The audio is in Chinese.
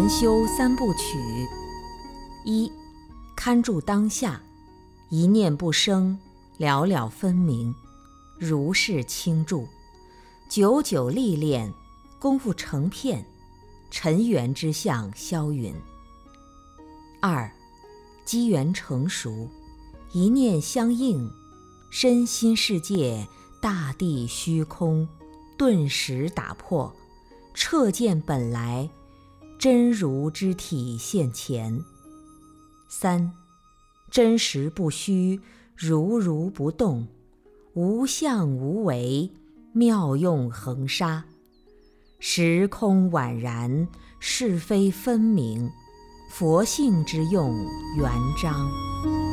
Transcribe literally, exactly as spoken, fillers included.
禅修三部曲：一、看住当下，一念不生，了了分明，如是倾注，久久历练，功夫成片，尘缘之相消云。二、机缘成熟，一念相应，身心世界、大地虚空顿时打破，彻见本来，真如之体现前。三、真实不虚，如如不动，无相无为，妙用恒沙，时空宛然，是非分明，佛性之用圆彰。